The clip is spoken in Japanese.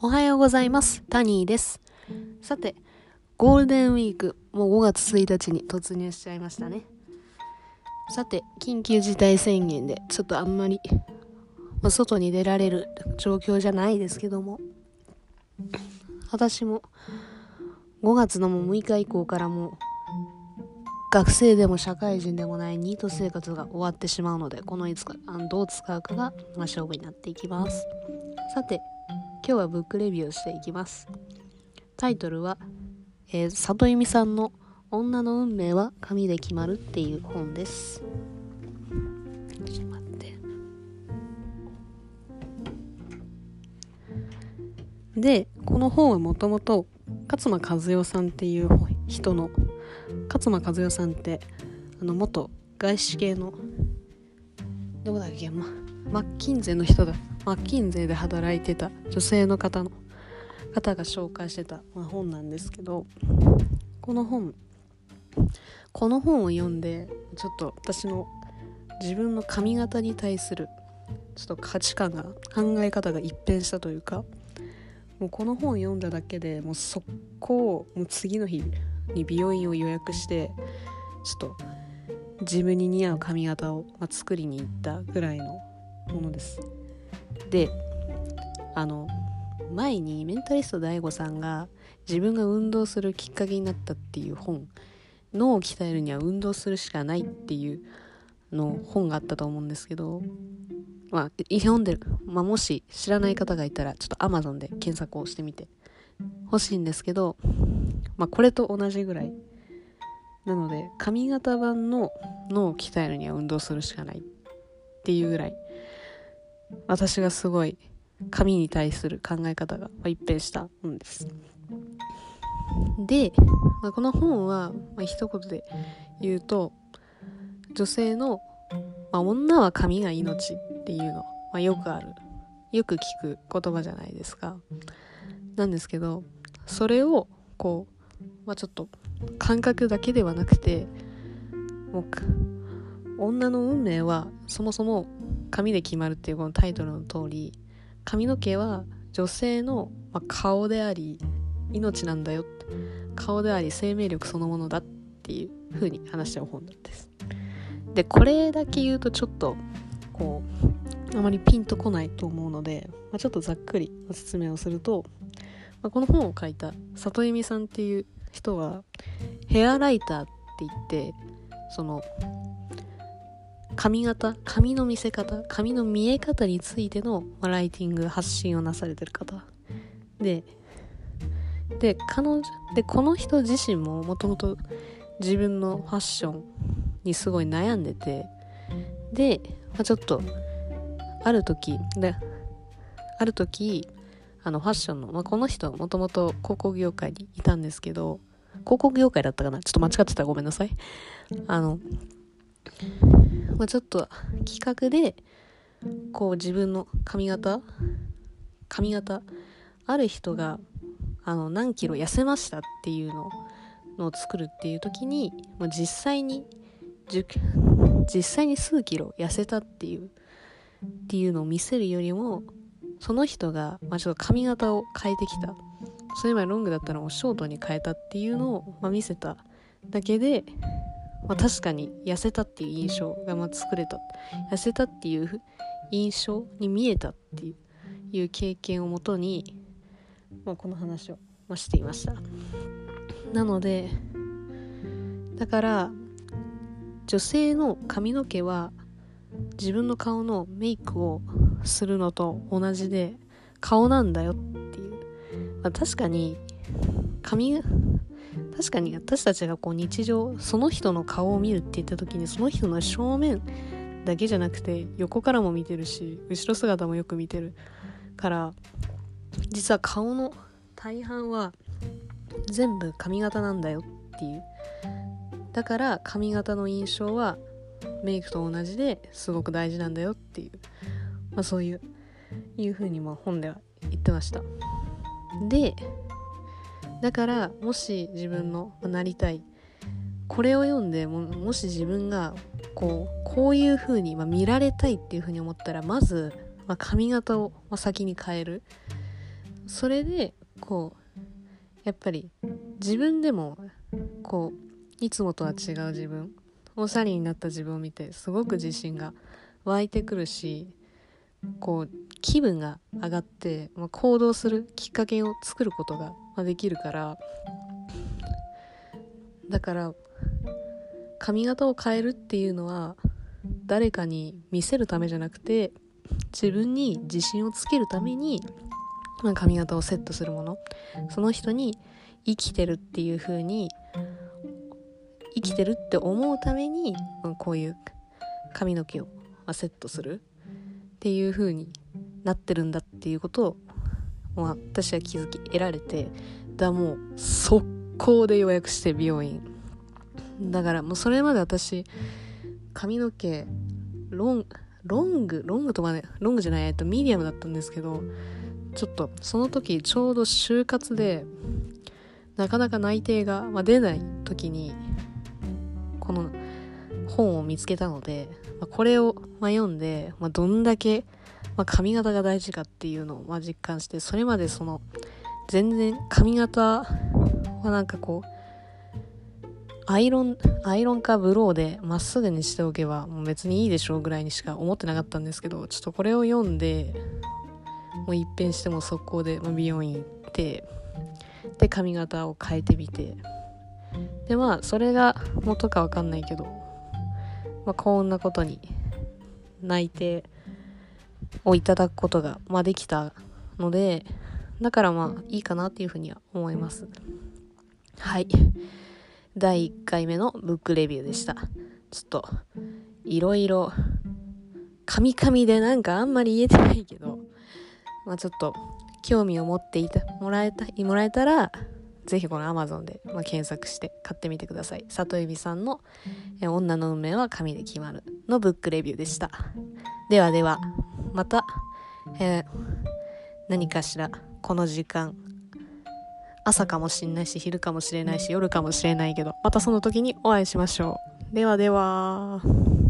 おはようございます。タニーです。さて、ゴールデンウィーク、もう5月1日に突入しちゃいましたね。さて、緊急事態宣言でちょっとあんまり、外に出られる状況じゃないですけども、私も5月の6日以降からもう学生でも社会人でもないニート生活が終わってしまうので、この5日どう使うかが勝負になっていきます。さて、今日はブックレビューをしていきます。タイトルは、里由美さんの女の運命は紙で決まるっていう本です。ちょっと待って。で、この本はもともと勝間和代さんっていう人の、勝間和代さんって元外資系のどこだっけ、マッキンゼの人だ。マッキンゼで働いてた女性の方が紹介してた、本なんですけど、この本を読んでちょっと私の自分の髪型に対するちょっと価値観が考え方が一変したというか、もうこの本を読んだだけでもう速攻もう次の日に美容院を予約してちょっと自分に似合う髪型を作りに行ったぐらいのものです。で、前にメンタリスト DAIGO さんが自分が運動するきっかけになったっていう本、脳を鍛えるには運動するしかないっていうの本があったと思うんですけど、読んでる、もし知らない方がいたらちょっと Amazon で検索をしてみてほしいんですけど、これと同じぐらいなので、髪型版の脳を鍛えるには運動するしかないっていうぐらい、私がすごい髪に対する考え方が一変したんです。で、この本は、一言で言うと、女性の、女は髪が命っていうの、よく聞く言葉じゃないですか。なんですけど、それをちょっと感覚だけではなくて、もう女の運命はそもそも髪で決まるっていうこのタイトルの通り、髪の毛は女性の、顔であり命なんだよ、顔であり生命力そのものだっていう風に話した本なんです。で、これだけ言うとちょっとあまりピンとこないと思うので、ちょっとざっくり説明をすると、この本を書いた里由美さんっていう人はヘアライターって言って、その髪型、髪の見せ方、髪の見え方についてのライティング、発信をなされてる方で、この人自身ももともと自分のファッションにすごい悩んでて、で、ちょっとある時ファッションの、この人もともと広告業界にいたんですけど、広告業界だったかな、ちょっと間違ってたらごめんなさい。ちょっと企画で自分の髪型ある人が何キロ痩せましたっていうのを作るっていう時に、実際に数キロ痩せたっていうのを見せるよりも、その人がちょっと髪型を変えてきた、それまでロングだったのをショートに変えたっていうのを見せただけで、確かに痩せたっていう印象が作れた、痩せたっていう印象に見えたっていう経験をもとに、この話をしていました。なので、だから女性の髪の毛は自分の顔のメイクをするのと同じで顔なんだよっていう、確かに私たちが日常その人の顔を見るって言った時に、その人の正面だけじゃなくて横からも見てるし、後ろ姿もよく見てるから、実は顔の大半は全部髪型なんだよっていう。だから髪型の印象はメイクと同じですごく大事なんだよっていう、そういう風に本では言ってました。で、だからもし自分のなりたい、これを読んでもし自分がこういう風に見られたいっていう風に思ったら、まず髪型を先に変える。 それでやっぱり自分でもいつもとは違う自分、おしゃれになった自分を見てすごく自信が湧いてくるし、気分が上がって、行動するきっかけを作ることができるから、だから髪型を変えるっていうのは誰かに見せるためじゃなくて、自分に自信をつけるために、髪型をセットするもの、その人に生きてるっていう風に、生きてるって思うために、こういう髪の毛をセットするっていう風になってるんだっていうことを、私は気づき得られて、もう速攻で予約して美容院。だからもうそれまで私髪の毛ロングとまでロングじゃない、ミディアムだったんですけど、ちょっとその時ちょうど就活でなかなか内定が、出ない時にこの本を見つけたので、これを、読んで、どんだけ、髪型が大事かっていうのを、実感して、それまで全然髪型はアイロンかブローでまっすぐにしておけばもう別にいいでしょうぐらいにしか思ってなかったんですけど、ちょっとこれを読んでもう一変しても速攻で美容院行って、で髪型を変えてみて、でそれが元か分かんないけど、こんなことに内定をいただくことが、できたので、だからいいかなっていうふうには思います。はい、第1回目のブックレビューでした。ちょっといろいろカミカミであんまり言えてないけど、ちょっと興味を持ってもらえたら、ぜひこの Amazon で、検索して買ってみてください。里指さんの、女の運命は紙で決まるのブックレビューでした。ではではまた、何かしらこの時間、朝かもしれないし昼かもしれないし夜かもしれないけど、またその時にお会いしましょう。ではでは。